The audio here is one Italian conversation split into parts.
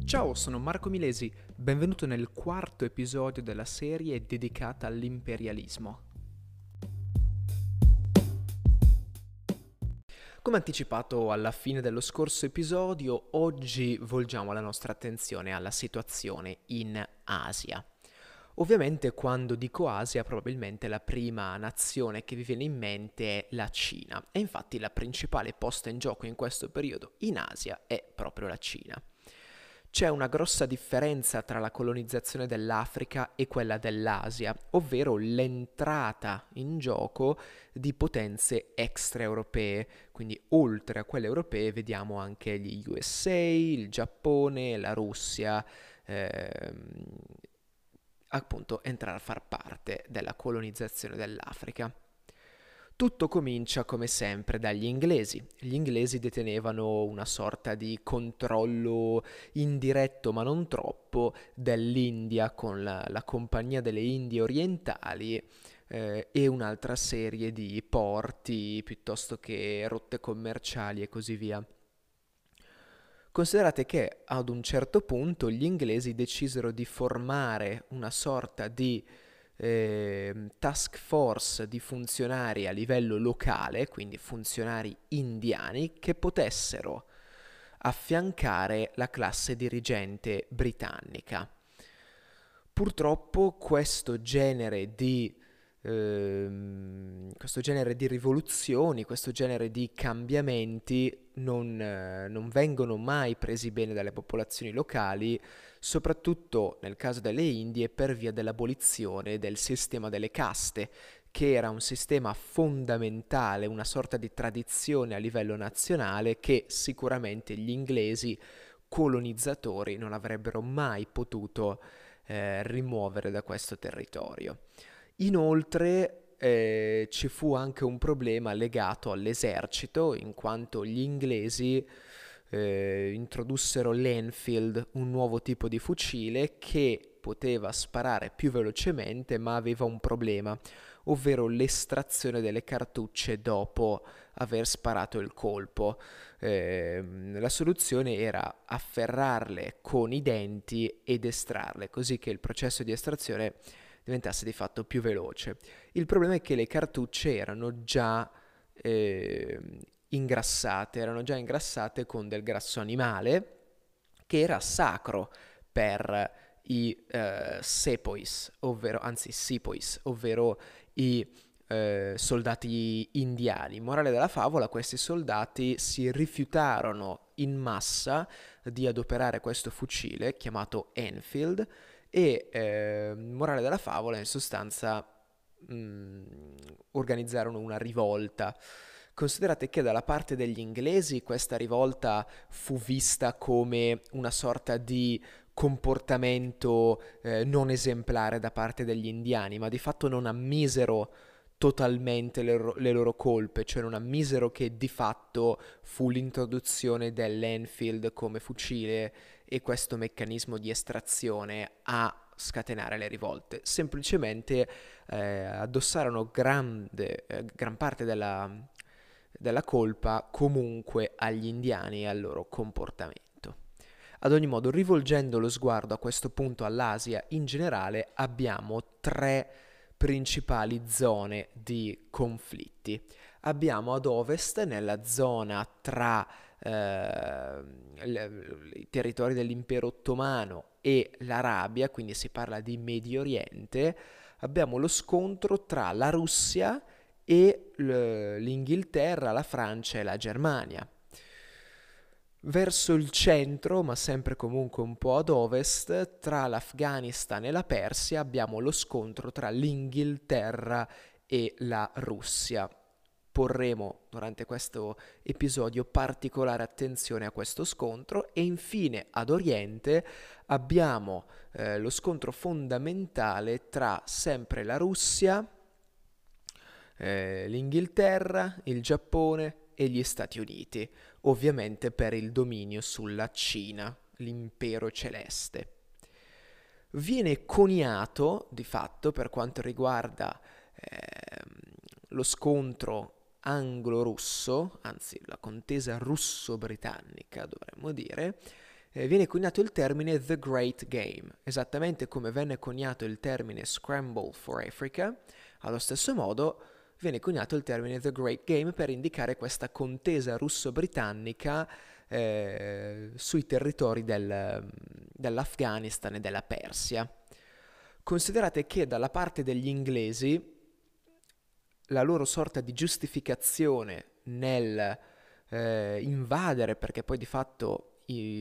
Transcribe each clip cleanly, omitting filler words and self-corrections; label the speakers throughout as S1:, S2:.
S1: Ciao, sono Marco Milesi, benvenuto nel quarto episodio della serie dedicata all'imperialismo. Come anticipato alla fine dello scorso episodio, oggi volgiamo la nostra attenzione alla situazione in Asia. Ovviamente quando dico Asia probabilmente la prima nazione che vi viene in mente è la Cina e infatti la principale posta in gioco in questo periodo in Asia è proprio la Cina. C'è una grossa differenza tra la colonizzazione dell'Africa e quella dell'Asia, ovvero l'entrata in gioco di potenze extraeuropee, quindi oltre a quelle europee vediamo anche gli USA, il Giappone, la Russia, appunto entrare a far parte della colonizzazione dell'Africa. Tutto comincia come sempre dagli inglesi. Gli inglesi detenevano una sorta di controllo indiretto ma non troppo dell'India con la Compagnia delle Indie Orientali e un'altra serie di porti piuttosto che rotte commerciali e così via. Considerate che ad un certo punto gli inglesi decisero di formare una sorta di task force di funzionari a livello locale, quindi funzionari indiani, che potessero affiancare la classe dirigente britannica. Purtroppo questo genere di rivoluzioni, questo genere di cambiamenti non vengono mai presi bene dalle popolazioni locali, soprattutto nel caso delle Indie per via dell'abolizione del sistema delle caste, che era un sistema fondamentale, una sorta di tradizione a livello nazionale che sicuramente gli inglesi colonizzatori non avrebbero mai potuto rimuovere da questo territorio. Inoltre ci fu anche un problema legato all'esercito, in quanto gli inglesi introdussero l'Enfield, un nuovo tipo di fucile che poteva sparare più velocemente ma aveva un problema, ovvero l'estrazione delle cartucce dopo aver sparato il colpo. La soluzione era afferrarle con i denti ed estrarle, così che il processo di estrazione diventasse di fatto più veloce. Il problema è che le cartucce eh, erano già ingrassate con del grasso animale che era sacro per i sepoys, ovvero i soldati indiani. Morale della favola, questi soldati si rifiutarono in massa di adoperare questo fucile chiamato Enfield e, morale della favola, in sostanza mh, organizzarono una rivolta. Considerate che dalla parte degli inglesi questa rivolta fu vista come una sorta di comportamento non esemplare da parte degli indiani, ma di fatto non ammisero totalmente le loro colpe, cioè non ammisero che di fatto fu l'introduzione dell'Enfield come fucile e questo meccanismo di estrazione a scatenare le rivolte. Semplicemente addossarono gran parte della colpa comunque agli indiani e al loro comportamento. Ad ogni modo, rivolgendo lo sguardo a questo punto all'Asia in generale, abbiamo tre principali zone di conflitti. Abbiamo ad ovest, nella zona tra i territori dell'impero ottomano e l'Arabia, quindi si parla di Medio Oriente, abbiamo lo scontro tra la Russia e l'Inghilterra, la Francia e la Germania. Verso il centro, ma sempre comunque un po' ad ovest, tra l'Afghanistan e la Persia abbiamo lo scontro tra l'Inghilterra e la Russia. Porremo durante questo episodio particolare attenzione a questo scontro e infine ad oriente abbiamo lo scontro fondamentale tra sempre la Russia, l'Inghilterra, il Giappone e gli Stati Uniti, ovviamente per il dominio sulla Cina, l'impero celeste. Viene coniato, di fatto, per quanto riguarda lo scontro anglo-russo, anzi la contesa russo-britannica dovremmo dire, viene coniato il termine The Great Game, esattamente come venne coniato il termine Scramble for Africa. Allo stesso modo viene coniato il termine The Great Game per indicare questa contesa russo-britannica sui territori dell'Afghanistan e della Persia. Considerate che dalla parte degli inglesi la loro sorta di giustificazione nel invadere, perché poi di fatto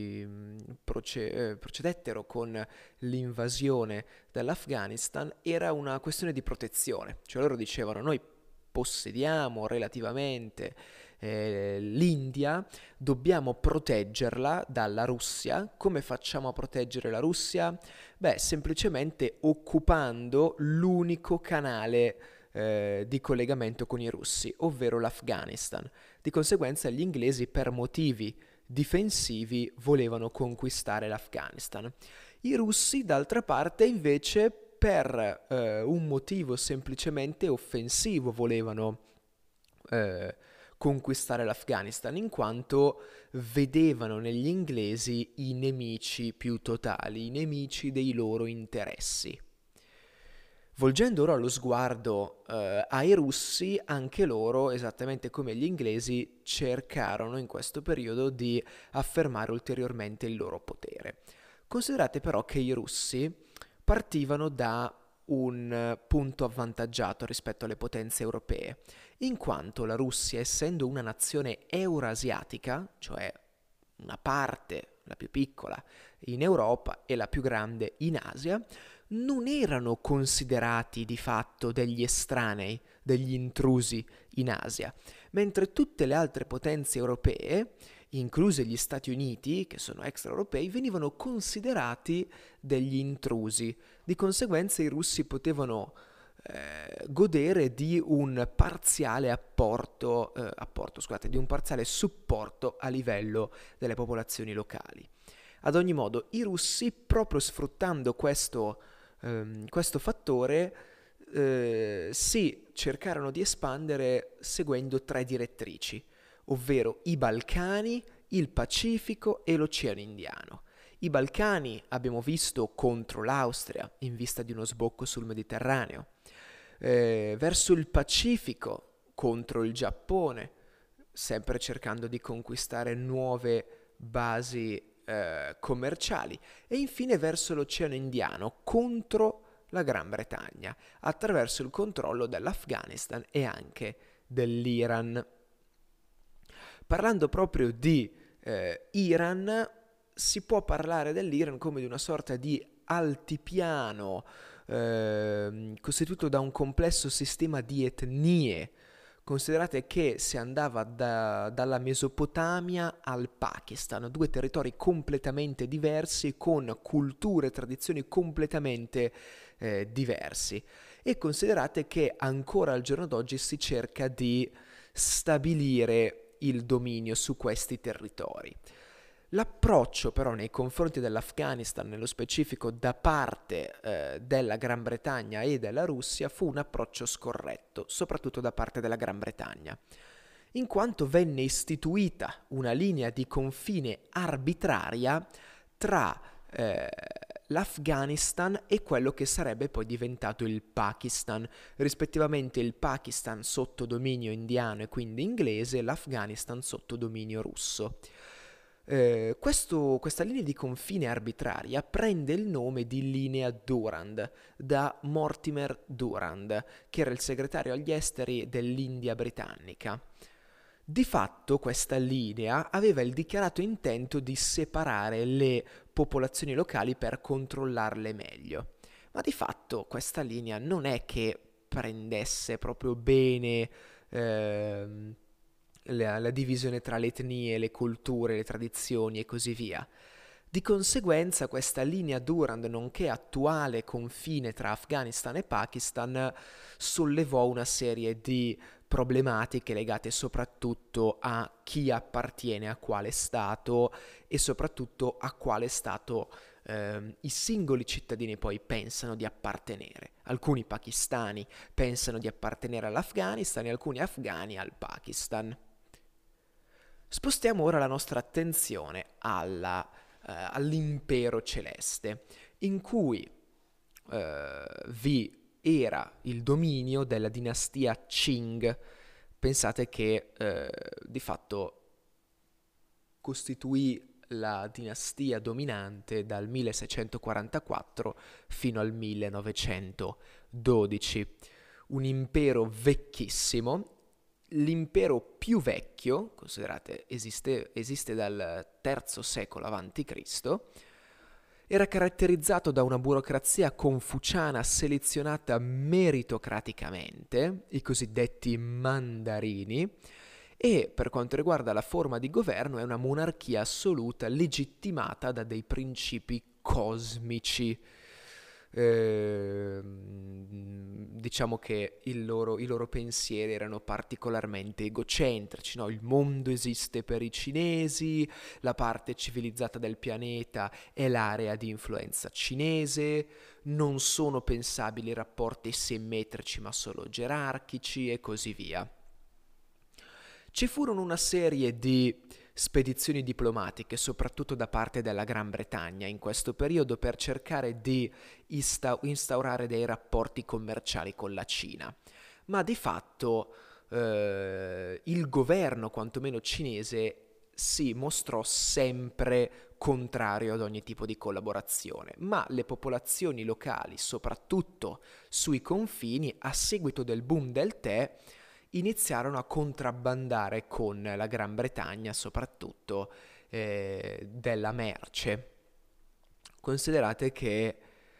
S1: procedettero con l'invasione dell'Afghanistan, era una questione di protezione. Cioè loro dicevano: noi possediamo relativamente l'India, dobbiamo proteggerla dalla Russia. Come facciamo a proteggere la Russia? Beh, semplicemente occupando l'unico canale di collegamento con i russi, ovvero l'Afghanistan. Di conseguenza gli inglesi, per motivi difensivi, volevano conquistare l'Afghanistan. I russi, d'altra parte, invece, per un motivo semplicemente offensivo, volevano conquistare l'Afghanistan, in quanto vedevano negli inglesi i nemici più totali, i nemici dei loro interessi. Volgendo ora lo sguardo ai russi, anche loro, esattamente come gli inglesi, cercarono in questo periodo di affermare ulteriormente il loro potere. Considerate però che i russi partivano da un punto avvantaggiato rispetto alle potenze europee, in quanto la Russia, essendo una nazione eurasiatica, cioè una parte, la più piccola, in Europa e la più grande in Asia, non erano considerati di fatto degli estranei, degli intrusi in Asia, mentre tutte le altre potenze europee, incluse gli Stati Uniti, che sono extraeuropei, venivano considerati degli intrusi. Di conseguenza i russi potevano godere di un parziale di un parziale supporto a livello delle popolazioni locali. Ad ogni modo, i russi, proprio sfruttando questo fattore, sì, cercarono di espandere seguendo 3 direttrici, ovvero i Balcani, il Pacifico e l'Oceano Indiano. I Balcani abbiamo visto contro l'Austria in vista di uno sbocco sul Mediterraneo, verso il Pacifico contro il Giappone, sempre cercando di conquistare nuove basi commerciali, e infine verso l'Oceano Indiano contro la Gran Bretagna attraverso il controllo dell'Afghanistan e anche dell'Iran. Parlando proprio di Iran, si può parlare dell'Iran come di una sorta di altipiano costituito da un complesso sistema di etnie. Considerate che si andava dalla Mesopotamia al Pakistan, 2 territori completamente diversi con culture e tradizioni completamente diversi. E considerate che ancora al giorno d'oggi si cerca di stabilire il dominio su questi territori. L'approccio però nei confronti dell'Afghanistan, nello specifico da parte della Gran Bretagna e della Russia, fu un approccio scorretto, soprattutto da parte della Gran Bretagna, in quanto venne istituita una linea di confine arbitraria tra l'Afghanistan e quello che sarebbe poi diventato il Pakistan, rispettivamente il Pakistan sotto dominio indiano e quindi inglese e l'Afghanistan sotto dominio russo. Questa linea di confine arbitraria prende il nome di linea Durand, da Mortimer Durand, che era il segretario agli esteri dell'India britannica. Di fatto questa linea aveva il dichiarato intento di separare le popolazioni locali per controllarle meglio, ma di fatto questa linea non è che prendesse proprio bene la divisione tra le etnie, le culture, le tradizioni e così via. Di conseguenza questa linea Durand, nonché attuale confine tra Afghanistan e Pakistan, sollevò una serie di problematiche legate soprattutto a chi appartiene a quale stato e soprattutto a quale stato i singoli cittadini poi pensano di appartenere. Alcuni pakistani pensano di appartenere all'Afghanistan e alcuni afghani al Pakistan. Spostiamo ora la nostra attenzione all'impero celeste, in cui vi era il dominio della dinastia Qing. Pensate che di fatto costituì la dinastia dominante dal 1644 fino al 1912. Un impero vecchissimo, l'impero più vecchio, considerate esiste dal III secolo a.C., era caratterizzato da una burocrazia confuciana selezionata meritocraticamente, i cosiddetti mandarini, e per quanto riguarda la forma di governo è una monarchia assoluta legittimata da dei principi cosmici. Diciamo che i loro pensieri erano particolarmente egocentrici, no? Il mondo esiste per i cinesi, la parte civilizzata del pianeta è l'area di influenza cinese, non sono pensabili rapporti simmetrici ma solo gerarchici e così via. Ci furono una serie di spedizioni diplomatiche, soprattutto da parte della Gran Bretagna in questo periodo, per cercare di instaurare dei rapporti commerciali con la Cina. Ma di fatto il governo, quantomeno cinese, si mostrò sempre contrario ad ogni tipo di collaborazione, ma le popolazioni locali, soprattutto sui confini, a seguito del boom del tè, iniziarono a contrabbandare con la Gran Bretagna soprattutto della merce. Considerate che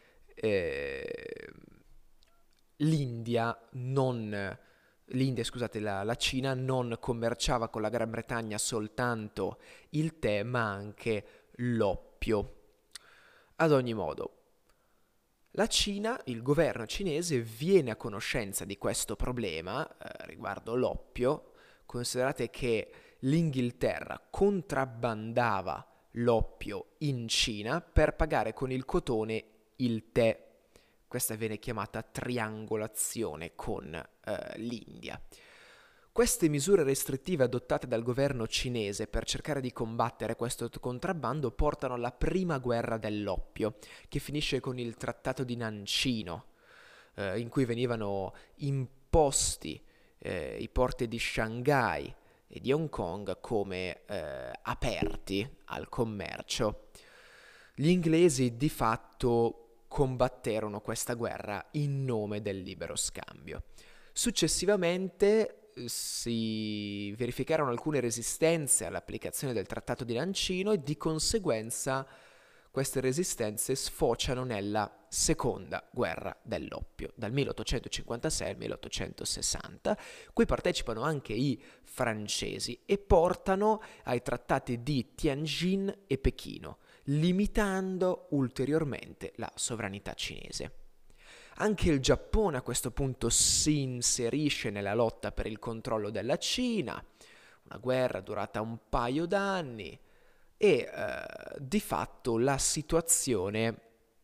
S1: la Cina non commerciava con la Gran Bretagna soltanto il tè, ma anche l'oppio. Ad ogni modo, la Cina, il governo cinese, viene a conoscenza di questo problema riguardo l'oppio. Considerate che l'Inghilterra contrabbandava l'oppio in Cina per pagare con il cotone il tè. Questa viene chiamata triangolazione con l'India. Queste misure restrittive adottate dal governo cinese per cercare di combattere questo contrabbando portano alla prima guerra dell'oppio, che finisce con il Trattato di Nancino, in cui venivano imposti i porti di Shanghai e di Hong Kong come aperti al commercio. Gli inglesi di fatto combatterono questa guerra in nome del libero scambio. Successivamente si verificarono alcune resistenze all'applicazione del Trattato di Nancino e di conseguenza queste resistenze sfociano nella seconda guerra dell'oppio, dal 1856 al 1860. Qui partecipano anche i francesi e portano ai trattati di Tianjin e Pechino, limitando ulteriormente la sovranità cinese. Anche il Giappone a questo punto si inserisce nella lotta per il controllo della Cina, una guerra durata un paio d'anni e di fatto la situazione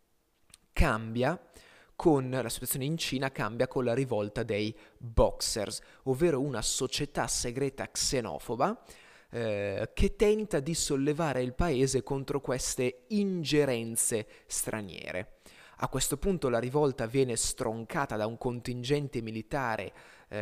S1: in Cina cambia con la rivolta dei Boxers, ovvero una società segreta xenofoba che tenta di sollevare il paese contro queste ingerenze straniere. A questo punto la rivolta viene stroncata da un contingente militare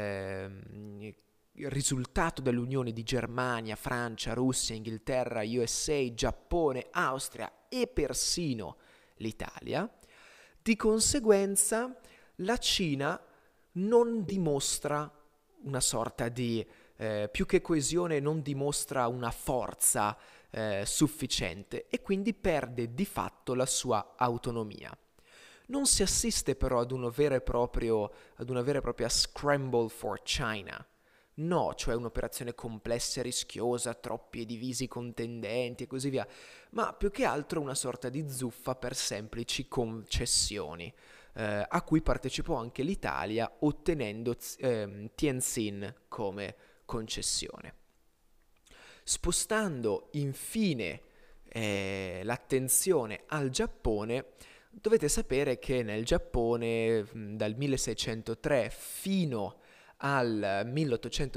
S1: risultato dell'unione di Germania, Francia, Russia, Inghilterra, USA, Giappone, Austria e persino l'Italia. Di conseguenza la Cina non dimostra una sorta di, più che coesione, non dimostra una forza sufficiente e quindi perde di fatto la sua autonomia. Non si assiste però ad una vera e propria scramble for China. No, cioè un'operazione complessa e rischiosa, troppi e divisi contendenti e così via, ma più che altro una sorta di zuffa per semplici concessioni, a cui partecipò anche l'Italia ottenendo Tianjin come concessione. Spostando infine l'attenzione al Giappone, dovete sapere che nel Giappone dal 1603 fino al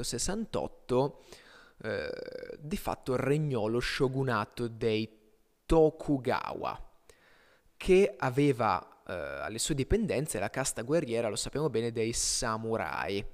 S1: 1868 di fatto regnò lo shogunato dei Tokugawa, che aveva alle sue dipendenze la casta guerriera, lo sappiamo bene, dei samurai.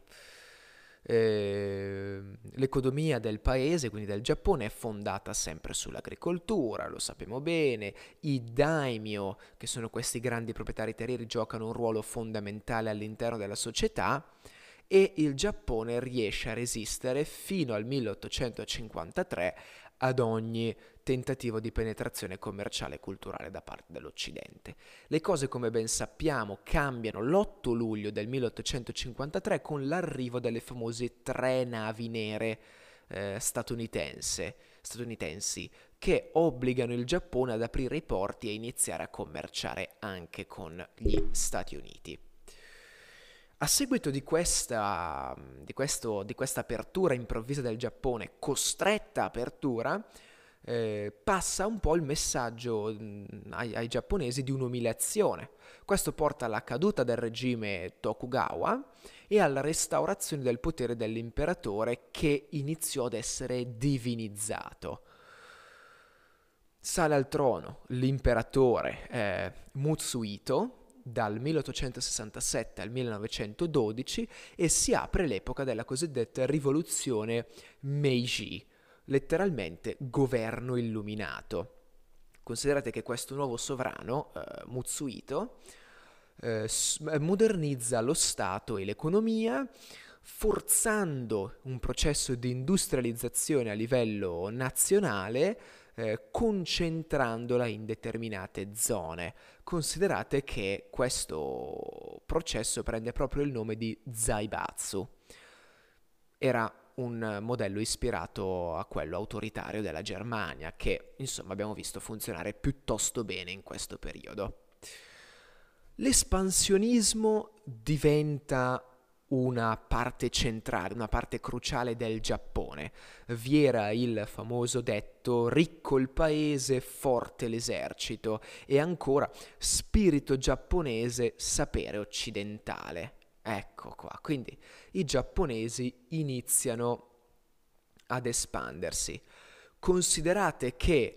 S1: L'economia del paese, quindi del Giappone, è fondata sempre sull'agricoltura, lo sappiamo bene. I daimyo, che sono questi grandi proprietari terrieri, giocano un ruolo fondamentale all'interno della società, e il Giappone riesce a resistere fino al 1853 ad ogni tentativo di penetrazione commerciale e culturale da parte dell'Occidente. Le cose, come ben sappiamo, cambiano l'8 luglio del 1853 con l'arrivo delle famose 3 navi nere statunitensi, che obbligano il Giappone ad aprire i porti e iniziare a commerciare anche con gli Stati Uniti. A seguito di questa apertura improvvisa del Giappone, costretta apertura, passa un po' il messaggio ai giapponesi di un'umiliazione. Questo porta alla caduta del regime Tokugawa e alla restaurazione del potere dell'imperatore, che iniziò ad essere divinizzato. Sale al trono l'imperatore Mutsuhito dal 1867 al 1912 e si apre l'epoca della cosiddetta rivoluzione Meiji, letteralmente governo illuminato. Considerate che questo nuovo sovrano, Mutsuhito, modernizza lo Stato e l'economia, forzando un processo di industrializzazione a livello nazionale, concentrandola in determinate zone. Considerate che questo processo prende proprio il nome di Zaibatsu. Era un modello ispirato a quello autoritario della Germania, che insomma abbiamo visto funzionare piuttosto bene in questo periodo. L'espansionismo diventa una parte centrale, una parte cruciale del Giappone. Vi era il famoso detto ricco il paese, forte l'esercito, e ancora spirito giapponese, sapere occidentale. Ecco qua, quindi i giapponesi iniziano ad espandersi. Considerate che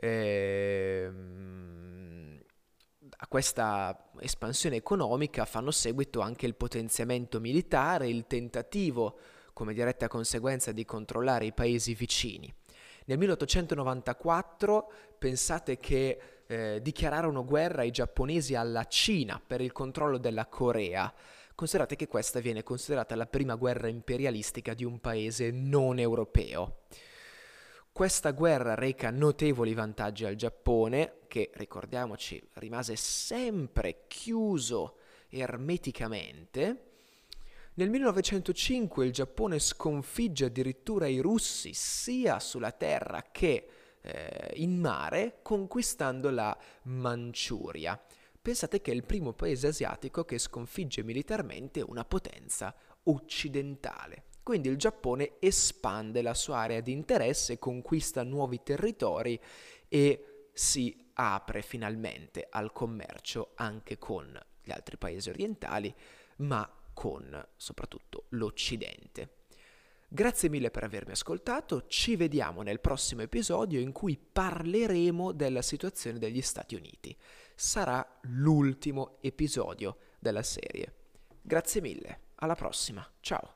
S1: a questa espansione economica fanno seguito anche il potenziamento militare, il tentativo, come diretta conseguenza, di controllare i paesi vicini. Nel 1894 pensate che dichiararono guerra i giapponesi alla Cina per il controllo della Corea. Considerate che questa viene considerata la prima guerra imperialistica di un paese non europeo. Questa guerra reca notevoli vantaggi al Giappone, che, ricordiamoci, rimase sempre chiuso ermeticamente. Nel 1905 il Giappone sconfigge addirittura i russi sia sulla terra che in mare, conquistando la Manciuria. Pensate che è il primo paese asiatico che sconfigge militarmente una potenza occidentale. Quindi il Giappone espande la sua area di interesse, conquista nuovi territori e si apre finalmente al commercio anche con gli altri paesi orientali, ma con soprattutto l'Occidente. Grazie mille per avermi ascoltato, ci vediamo nel prossimo episodio in cui parleremo della situazione degli Stati Uniti. Sarà l'ultimo episodio della serie. Grazie mille, alla prossima, ciao!